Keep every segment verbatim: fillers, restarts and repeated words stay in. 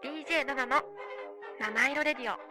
ディージェー ナナの七色レディオ。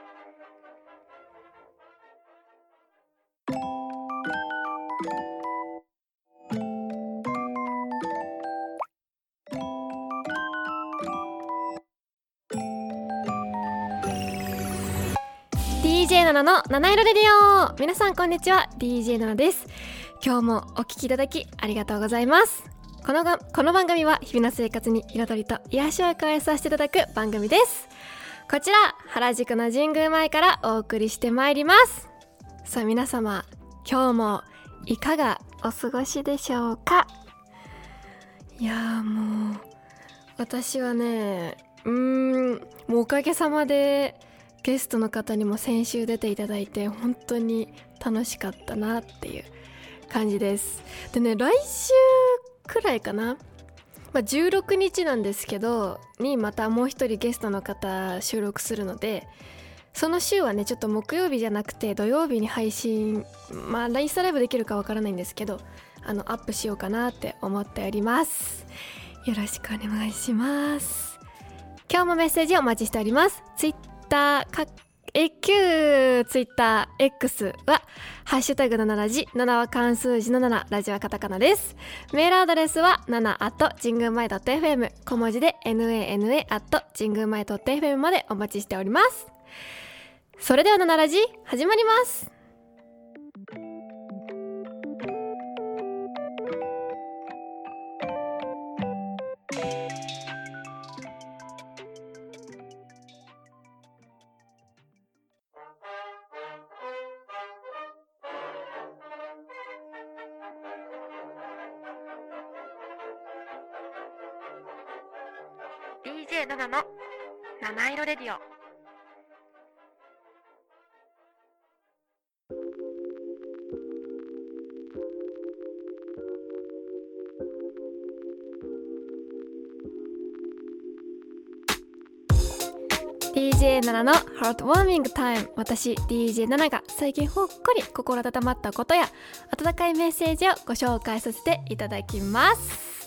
ディージェー ナナの七色レディオ。皆さんこんにちは、 ディージェー ナナです。今日もお聞きいただきありがとうございます。このがこの番組は日々の生活に彩りと癒しを加えさせていただく番組です。こちら原宿の神宮前からお送りしてまいります。さあ皆様、今日もいかがお過ごしでしょうか。いやーもう私はねうーんもうおかげさまでゲストの方にも先週出ていただいて本当に楽しかったなっていう感じです。でね、来週くらいかな、まあ、じゅうろくにちなんですけどにまたもう一人ゲストの方収録するので、その週はねちょっと木曜日じゃなくて土曜日に配信、まあインスタライブできるかわからないんですけどあのアップしようかなって思っております。よろしくお願いします。今日もメッセージをお待ちしております。ツイッターかえ旧ツイッター X はハッシュタグななラジ、ななは漢数字のなな、ラジはカタカナです。メールアドレスはなな at 神宮前 .fm、 小文字で ナナ at 神宮前 .fm までお待ちしております。それではななラジ始まります。ディージェー ナナの七色レディオ。ディージェー ナナのハートウォーミングタイム。私 ディージェー ナナが最近ほっこり心温まったことや温かいメッセージをご紹介させていただきます。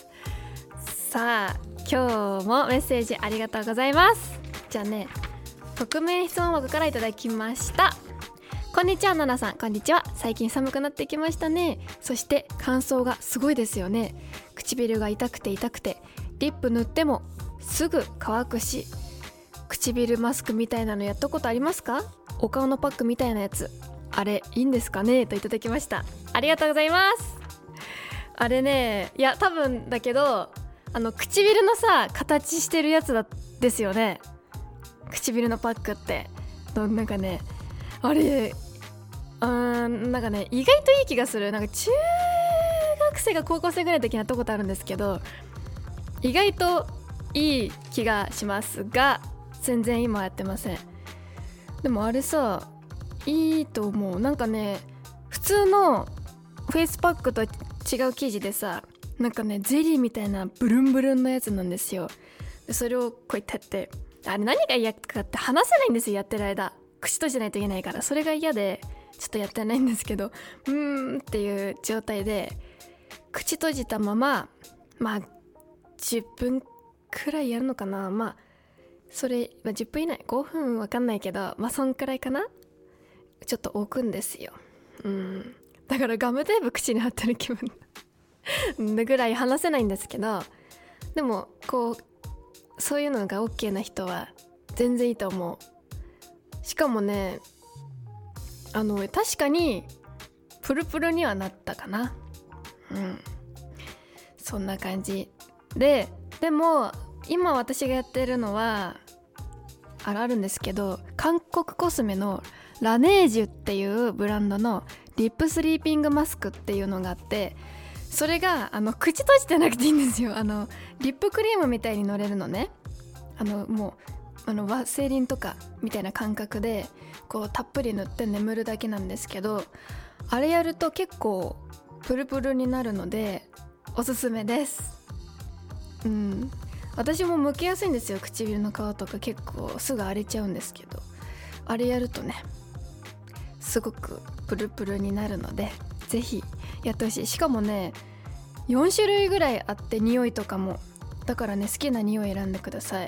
さあ今日もメッセージありがとうございます。じゃあね、匿名質問箱からいただきました。こんにちはナナさん。こんにちは。最近寒くなってきましたね。そして乾燥がすごいですよね。唇が痛くて痛くてリップ塗ってもすぐ乾くし、唇マスクみたいなのやったことありますか？お顔のパックみたいなやつ、あれいいんですかね、といただきました。ありがとうございます。あれね、いや多分だけどあの唇のさ形してるやつだですよね。唇のパックってなんかね、あれあーなんかね意外といい気がする。なんか中学生が高校生ぐらいの時にやったことあるんですけど、意外といい気がしますが全然今はやってません。でもあれさいいと思う。なんかね普通のフェイスパックと違う生地でさ、なんかねゼリーみたいなブルンブルンのやつなんですよ。でそれをこうやってやって、あれ何が嫌かって話せないんですよ。やってる間口閉じないといけないから、それが嫌でちょっとやってないんですけど、うーんっていう状態で口閉じたまままあじゅっぷんくらいやるのかな。まあそれ、まあ、じゅっぷん以内ごふんわかんないけど、まあそんくらいかな。ちょっと置くんですよ。うんだからガムテープ口に貼ってる気分ぐらい話せないんですけど、でもこうそういうのが OK な人は全然いいと思う。しかもねあの確かにプルプルにはなったかな。うんそんな感じで、でも今私がやってるのはあるあるんですけど、韓国コスメのラネージュっていうブランドのリップスリーピングマスクっていうのがあって、それがあの口閉じてなくていいんですよ。あのリップクリームみたいに塗れるのね。あのもうあのワセリンとかみたいな感覚でこうたっぷり塗って眠るだけなんですけど、あれやると結構プルプルになるのでおすすめです。うん私も剥けやすいんですよ。唇の皮とか結構すぐ荒れちゃうんですけど、あれやるとねすごくプルプルになるのでぜひやってほしい。しかもねよんしゅるいぐらいあって匂いとかも、だからね好きな匂い選んでください。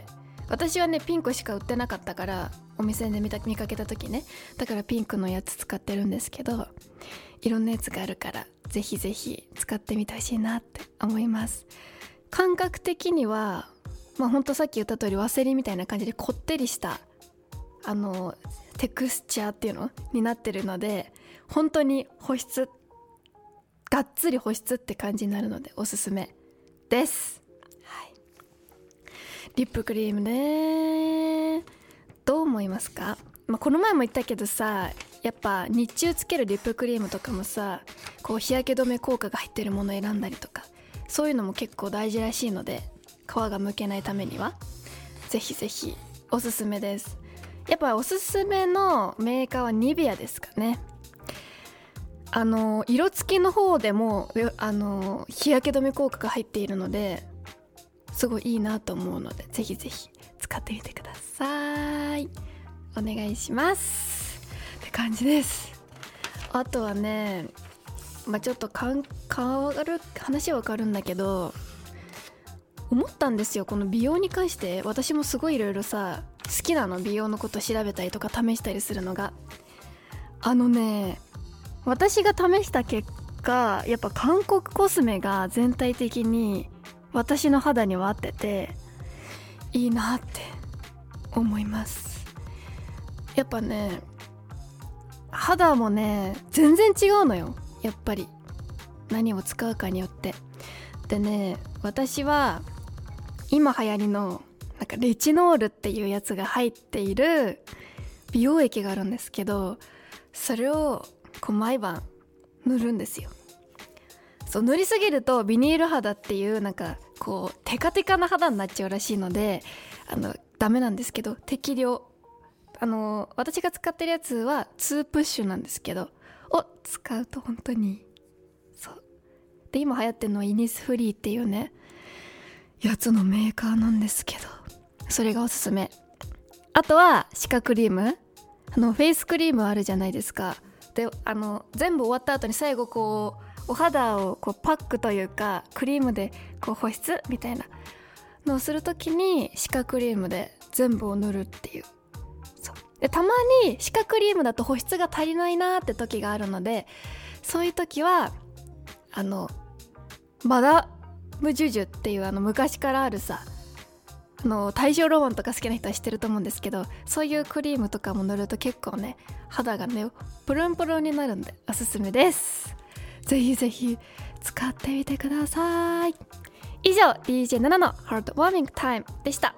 私はねピンクしか売ってなかったから、お店で見た見かけた時ね、だからピンクのやつ使ってるんですけど、いろんなやつがあるからぜひぜひ使ってみてほしいなって思います。感覚的にはまあほんとさっき言った通りワセリンみたいな感じでこってりしたあのテクスチャーっていうのになってるので、本当に保湿、がっつり保湿って感じになるのでおすすめです。はい、リップクリームね、どう思いますか？まあ、この前も言ったけどさ、やっぱ日中つけるリップクリームとかもさ、こう日焼け止め効果が入ってるものを選んだりとか、そういうのも結構大事らしいので、皮がむけないためにはぜひぜひおすすめです。やっぱおすすめのメーカーはニベアですかね。あの色付きの方でもあの日焼け止め効果が入っているので、すごいいいなと思うので、ぜひぜひ使ってみてください。お願いしますって感じです。あとはね、まあ、ちょっとかん変わる話は変わるんだけど、思ったんですよ、この美容に関して。私もすごいいろいろさ好きなの、美容のこと調べたりとか試したりするのが。あのね、私が試した結果、やっぱ韓国コスメが全体的に私の肌には合ってていいなって思います。やっぱね、肌もね全然違うのよ、やっぱり何を使うかによって。でね、私は今流行りのなんかレチノールっていうやつが入っている美容液があるんですけど、それをこう毎晩塗るんですよ。そう、塗りすぎるとビニール肌っていうなんかこうテカテカな肌になっちゃうらしいので、あのダメなんですけど、適量、あの私が使ってるやつはツープッシュなんですけど、を使うと本当にそうで、今流行ってるのはイニスフリーっていうねやつのメーカーなんですけど、それがおすすめ。あとは歯科クリーム、あのフェイスクリームあるじゃないですか。で、あの全部終わった後に最後こうお肌をこうパックというかクリームでこう保湿みたいなのをするときに歯科クリームで全部を塗るっていう。そうで、たまに歯科クリームだと保湿が足りないなって時があるので、そういう時はあのマダムジュジュっていうあの昔からあるさ、あの大正ロマンとか好きな人は知ってると思うんですけど、そういうクリームとかも塗ると結構ね肌がねプルンプルンになるんでおすすめです。ぜひぜひ使ってみてください。以上 ディージェー ナナのハートウォーミングタイムでした。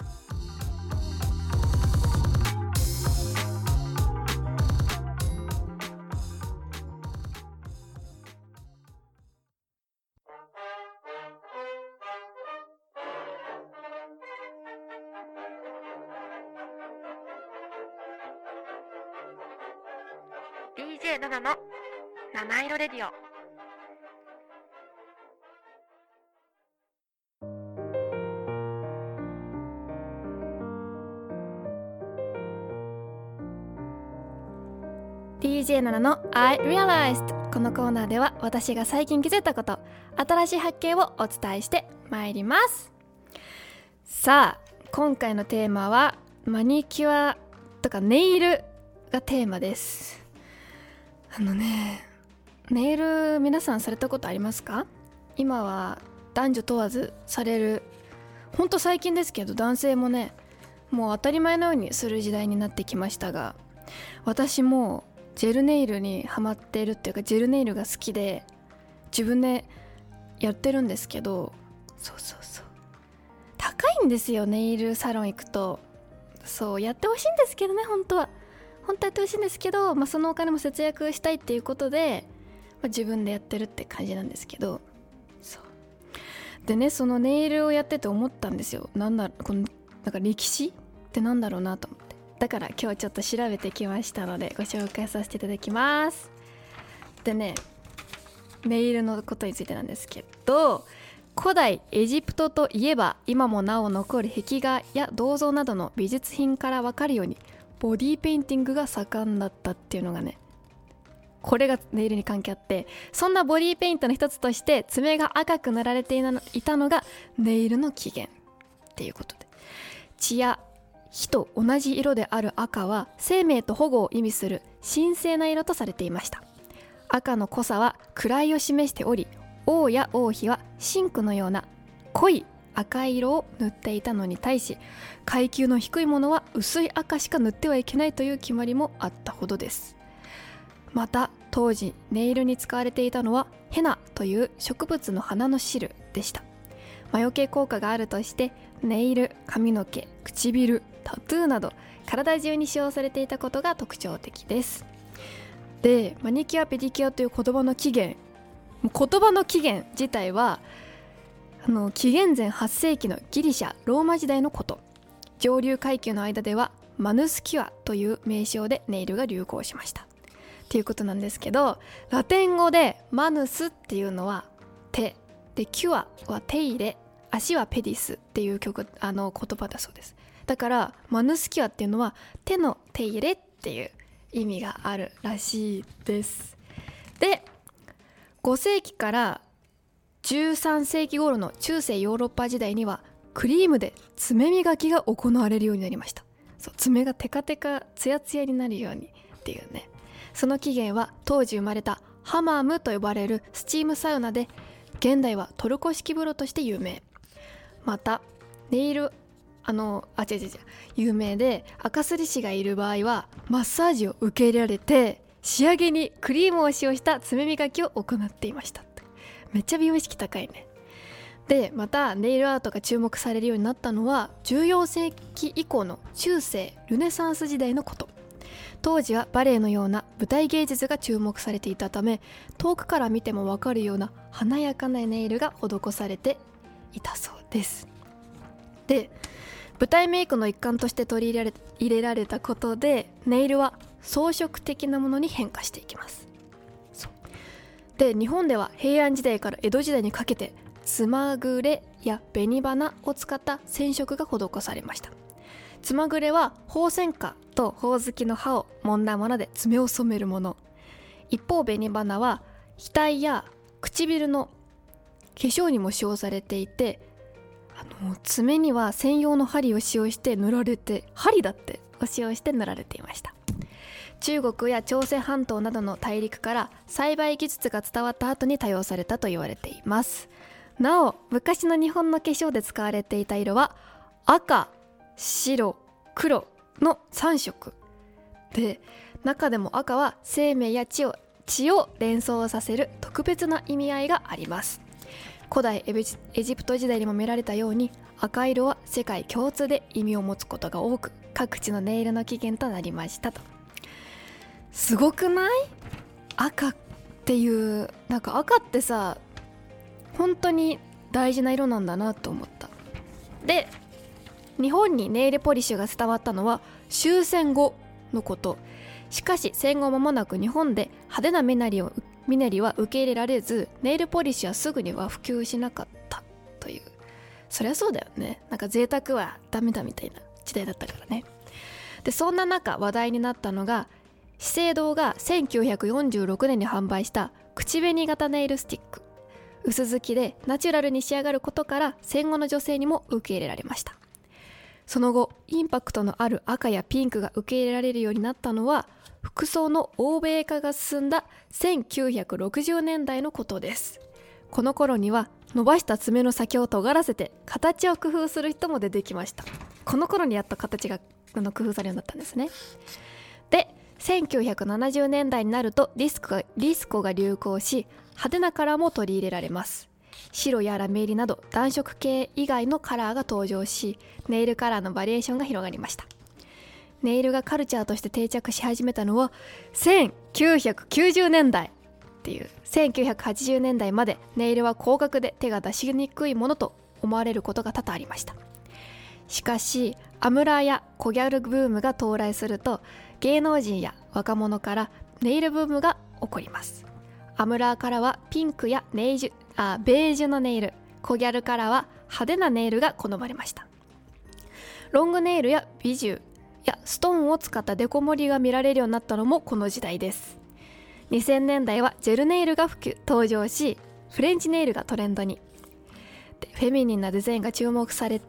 ディージェー ナナの七色レディオ。ディージェー ナナの I Realized。 このコーナーでは私が最近気づいたこと、新しい発見をお伝えしてまいります。さあ、今回のテーマはマニキュアとかネイルがテーマです。あのね、ネイル皆さんされたことありますか？今は男女問わずされる、ほんと最近ですけど男性もねもう当たり前のようにする時代になってきましたが、私もジェルネイルにハマってるっていうか、ジェルネイルが好きで自分でやってるんですけど、そうそうそう、高いんですよ、ネイルサロン行くと。そうやってほしいんですけどね、本当は本当はやってほしいんですけど、まあ、そのお金も節約したいっていうことで、まあ、自分でやってるって感じなんですけど、そうでね、そのネイルをやってて思ったんですよ。なんだこのなんか歴史ってなんだろうなと思って、だから今日ちょっと調べてきましたのでご紹介させていただきます。でね、ネイルのことについてなんですけど、古代エジプトといえば今もなお残る壁画や銅像などの美術品から分かるようにボディーペインティングが盛んだったっていうのがね、これがネイルに関係あって、そんなボディーペイントの一つとして爪が赤く塗られていたのがネイルの起源っていうことで、 血や火と同じ色である赤は生命と保護を意味する神聖な色とされていました。赤の濃さは位を示しており、王や王妃は真紅のような濃い赤い色を塗っていたのに対し、階級の低いものは薄い赤しか塗ってはいけないという決まりもあったほどです。また当時ネイルに使われていたのはヘナという植物の花の汁でした。魔除け効果があるとしてネイル、髪の毛、唇、タトゥーなど体中に使用されていたことが特徴的です。で、マニキュア、ペディキュアという言葉の起源言葉の起源自体はあの紀元前はっせいきのギリシャ・ローマ時代のこと。上流階級の間ではマヌスキュアという名称でネイルが流行しましたっていうことなんですけど、ラテン語でマヌスっていうのは手で、キュアは手入れ、足はペディスっていう曲あの言葉だそうです。だからマヌスキュアっていうのは手の手入れっていう意味があるらしいです。で、ごせいきからじゅうさんせいき頃の中世ヨーロッパ時代にはクリームで爪磨きが行われるようになりました。そう、爪がテカテカツヤツヤになるようにっていうね。その起源は当時生まれたハマムと呼ばれるスチームサウナで、現代はトルコ式風呂として有名。またネイルあのあ違う違う違う有名で、赤すり師がいる場合はマッサージを受け入れられて、仕上げにクリームを使用した爪磨きを行っていました。めっちゃ美容意識高いね。で、またネイルアートが注目されるようになったのはじゅうよんせいき以降の中世ルネサンス時代のこと。当時はバレエのような舞台芸術が注目されていたため、遠くから見ても分かるような華やかなネイルが施されていたそうです。で、舞台メイクの一環として取り入れられ、入れられたことで、ネイルは装飾的なものに変化していきます。そうで、日本では平安時代から江戸時代にかけてつまぐれや紅花を使った染色が施されました。つまぐれはホウセンカとホウズキの葉を揉んだもので爪を染めるもの。一方、紅花は額や唇の化粧にも使用されていて、あの爪には専用の針を使用して塗られて針だってを使用して塗られていました。中国や朝鮮半島などの大陸から栽培技術が伝わった後に多用されたと言われています。なお、昔の日本の化粧で使われていた色は赤、白、黒のさんしょくで、中でも赤は生命や血を血を連想させる特別な意味合いがあります。古代エジ、エジプト時代にも見られたように、赤色は世界共通で意味を持つことが多く、各地のネイルの起源となりましたと。すごくない？赤っていう、なんか赤ってさ、本当に大事な色なんだなと思った。で、日本にネイルポリッシュが伝わったのは終戦後のこと。しかし戦後間もなく日本で派手な身なりを身なりは受け入れられず、ネイルポリッシュはすぐには普及しなかったという。そりゃそうだよね。なんか贅沢はダメだみたいな時代だったからね。で、そんな中話題になったのが、資生堂がせんきゅうひゃくよんじゅうろくねんに販売した口紅型ネイルスティック。薄付きでナチュラルに仕上がることから戦後の女性にも受け入れられました。その後、インパクトのある赤やピンクが受け入れられるようになったのは、服装の欧米化が進んだせんきゅうひゃくろくじゅうねんだいのことです。この頃には伸ばした爪の先を尖らせて形を工夫する人も出てきました。この頃にやっと形があの工夫されるようになったんですね。で、せんきゅうひゃくななじゅうねんだいになるとディスコが、ディスコが流行し、派手なカラーも取り入れられます。白やラメ入りなど暖色系以外のカラーが登場し、ネイルカラーのバリエーションが広がりました。ネイルがカルチャーとして定着し始めたのはせんきゅうひゃくきゅうじゅうねんだいっていう、せんきゅうひゃくはちじゅうねんだいまでネイルは高額で手が出しにくいものと思われることが多々ありました。しかしアムラーやコギャルブームが到来すると、芸能人や若者からネイルブームが起こります。アムラーからはピンクやネイジュあベージュのネイル、コギャルからは派手なネイルが好まれました。ロングネイルやビジュやストーンを使ったデコ盛りが見られるようになったのもこの時代です。にせんねんだいはジェルネイルが普及登場し、フレンチネイルがトレンドに。で、フェミニンなデザインが注目されて、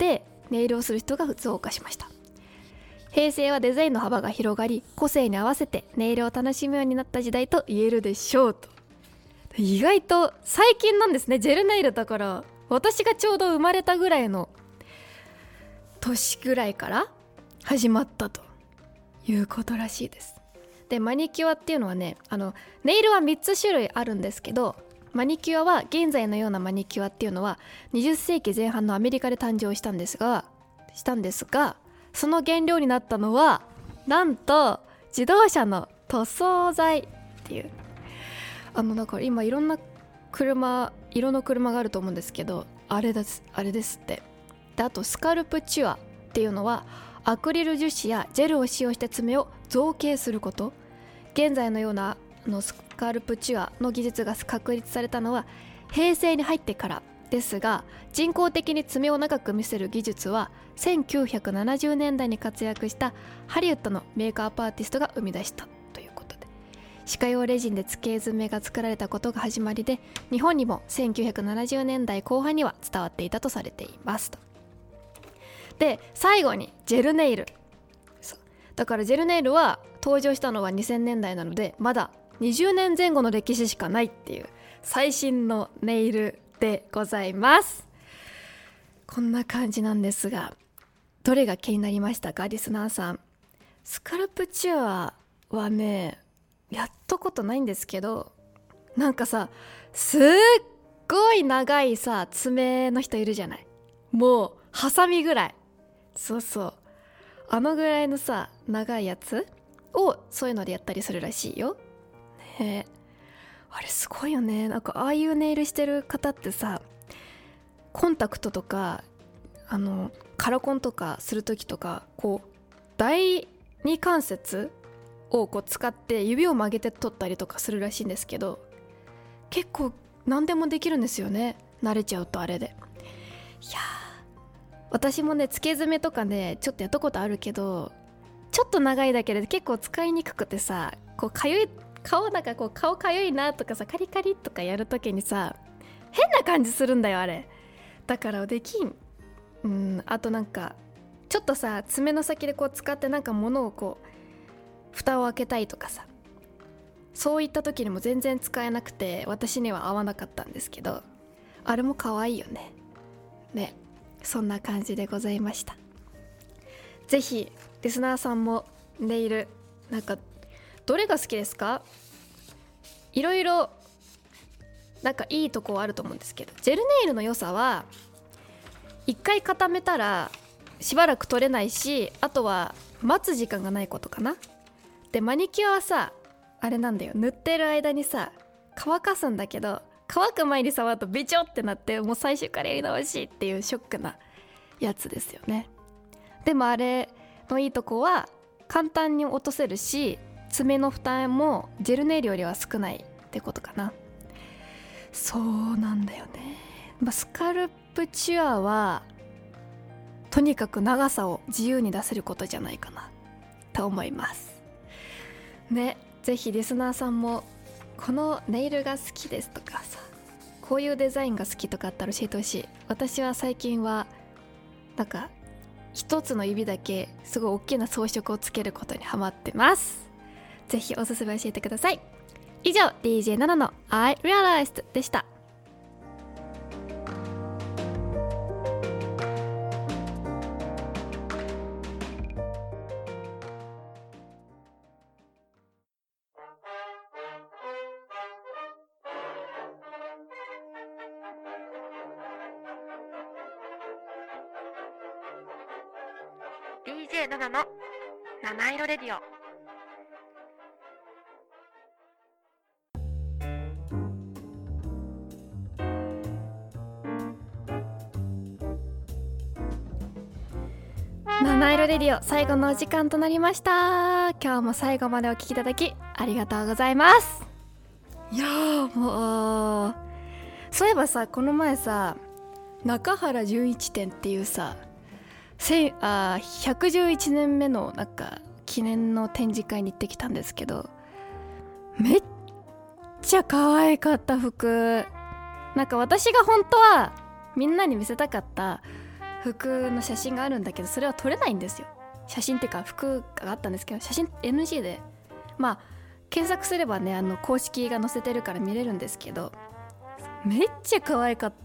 ネイルをする人が増加しました。平成はデザインの幅が広がり、個性に合わせてネイルを楽しむようになった時代と言えるでしょうと。意外と最近なんですね、ジェルネイル。だから私がちょうど生まれたぐらいの年ぐらいから始まったということらしいです。でマニキュアっていうのはね、あのネイルはみっつ種類あるんですけど、マニキュアは現在のようなマニキュアっていうのはにじゅっせいきぜん半のアメリカで誕生したんですがしたんですがその原料になったのはなんと自動車の塗装剤っていう、あのだから今いろんな車色の車があると思うんですけど、あれですあれですって。であとスカルプチュアっていうのはアクリル樹脂やジェルを使用して爪を造形すること。現在のようなあのスカルプチュアの技術が確立されたのは平成に入ってからですが、人工的に爪を長く見せる技術はせんきゅうひゃくななじゅうねんだいに活躍したハリウッドのメイクアップアーティストが生み出したということで、歯科用レジンで付け爪が作られたことが始まりで、日本にもせんきゅうひゃくななじゅうねんだいこう半には伝わっていたとされていますと。で最後にジェルネイル。そうだからジェルネイルは登場したのはにせんねんだいなので、まだにじゅうねんぜん後の歴史しかないっていう最新のネイルでございます。こんな感じなんですが、どれが気になりましたかリスナーさん。スカルプチュアはねやったことないんですけど、なんかさすっごい長いさ爪の人いるじゃない。もうハサミぐらい、そうそうあのぐらいのさ長いやつをそういうのでやったりするらしいよ。ねえあれすごいよね。なんかああいうネイルしてる方ってさ、コンタクトとかあのカラコンとかする時とかこう第二関節をこう使って指を曲げて取ったりとかするらしいんですけど、結構何でもできるんですよね、慣れちゃうとあれで。いや私もね付け爪とかねちょっとやったことあるけど、ちょっと長いだけで結構使いにくくてさ、こうかゆい顔なんかこう顔かゆいなとかさ、カリカリとかやるときにさ変な感じするんだよあれ。だからできん。うん、あとなんかちょっとさ爪の先でこう使ってなんか物をこう蓋を開けたいとかさ、そういった時にも全然使えなくて私には合わなかったんですけど、あれも可愛いよね。ね、そんな感じでございました。ぜひリスナーさんもネイルなんかどれが好きですか？いろいろなんかいいとこはあると思うんですけど、ジェルネイルの良さは一回固めたらしばらく取れないし、あとは待つ時間がないことかな。でマニキュアはさあれなんだよ、塗ってる間にさ乾かすんだけど、乾く前に触るとビチョってなってもう最初からやり直しっていうショックなやつですよね。でもあれのいいとこは簡単に落とせるし、爪の負担もジェルネイルよりは少ないってことかな。そうなんだよね、まあ、スカルプチュアはとにかく長さを自由に出せることじゃないかなと思いますね。ぜひリスナーさんもこのネイルが好きですとかさ、こういうデザインが好きとかあったら教えてほしい。私は最近はなんか一つの指だけすごい大きな装飾をつけることにハマってます。ぜひおすすめ教えてください。以上 ディージェー ナナの I Realized でした。ディージェー ナナの七色レディオ。七色レディオ最後のお時間となりました。今日も最後までお聞きいただきありがとうございます。いやーもうそういえばさ、この前さ中原純一展っていうさせあひゃくじゅういちねんめのなんか記念の展示会に行ってきたんですけど、めっちゃ可愛かった服。なんか私が本当はみんなに見せたかった服の写真があるんだけど、それは撮れないんですよ。写真っていうか服があったんですけど、写真 エヌジー で、まあ検索すればね、あの公式が載せてるから見れるんですけど、めっちゃ可愛かった。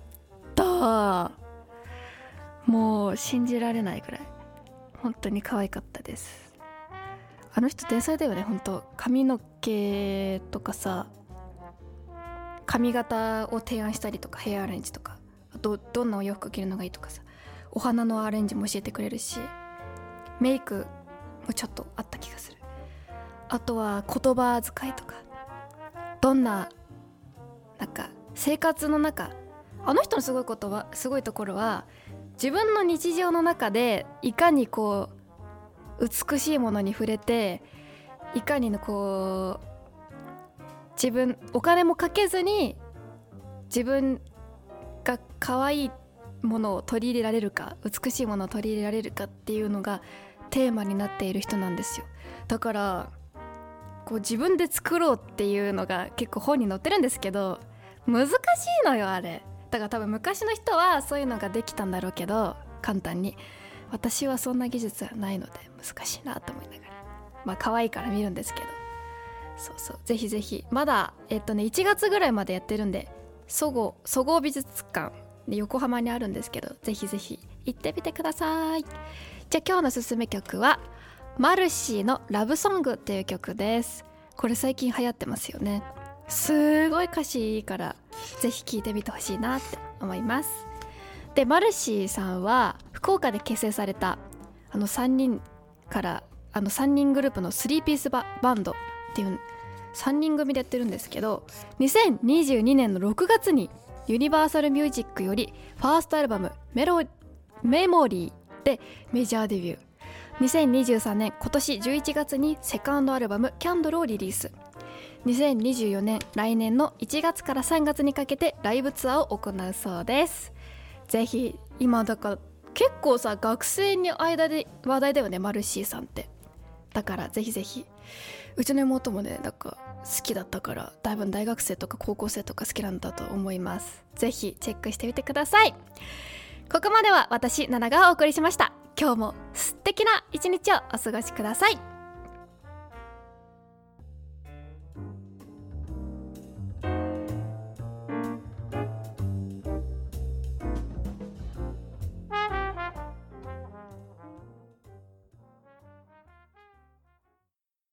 もう信じられないくらい本当に可愛かったです。あの人天才だよね、本当。髪の毛とかさ、髪型を提案したりとか、ヘアアレンジとか、あとどんなお洋服着るのがいいとかさ、お花のアレンジも教えてくれるし、メイクもちょっとあった気がする。あとは言葉遣いとか、どんななんか生活の中、あの人のすごいことは、すごいところは、自分の日常の中でいかにこう美しいものに触れて、いかにこう自分お金もかけずに自分が可愛いものを取り入れられるか、美しいものを取り入れられるかっていうのがテーマになっている人なんですよ。だからこう自分で作ろうっていうのが結構本に載ってるんですけど、難しいのよあれ。だから多分昔の人はそういうのができたんだろうけど、簡単に。私はそんな技術はないので難しいなと思いながら、まあ可愛いから見るんですけど、そうそう、ぜひぜひ。まだえっとねいちがつぐらいまでやってるんで、そごうそごう美術館で横浜にあるんですけど、ぜひぜひ行ってみてください。じゃあ今日のおすすめ曲はマルシーのラブソングっていう曲です。これ最近流行ってますよね。すごい歌詞いいからぜひ聴いてみてほしいなって思います。でマルシーさんは福岡で結成されたあのさんにんからあのさんにんグループのスリーピースババンドっていうさんにん組でやってるんですけど、にせんにじゅうにねんのろくがつにユニバーサルミュージックよりファーストアルバムメロメモリーでメジャーデビュー。にせんにじゅうさんねん今年じゅういちがつにセカンドアルバムキャンドルをリリース。にせんにじゅうよねん来年のいちがつからさんがつにかけてライブツアーを行うそうです。ぜひ、今だから結構さ学生の間で話題だよね、マルシーさんって。だからぜひぜひ、うちの妹もねなんか好きだったから、多分大学生とか高校生とか好きなんだと思います。ぜひチェックしてみてください。ここまでは私ナナがお送りしました。今日も素敵な一日をお過ごしください。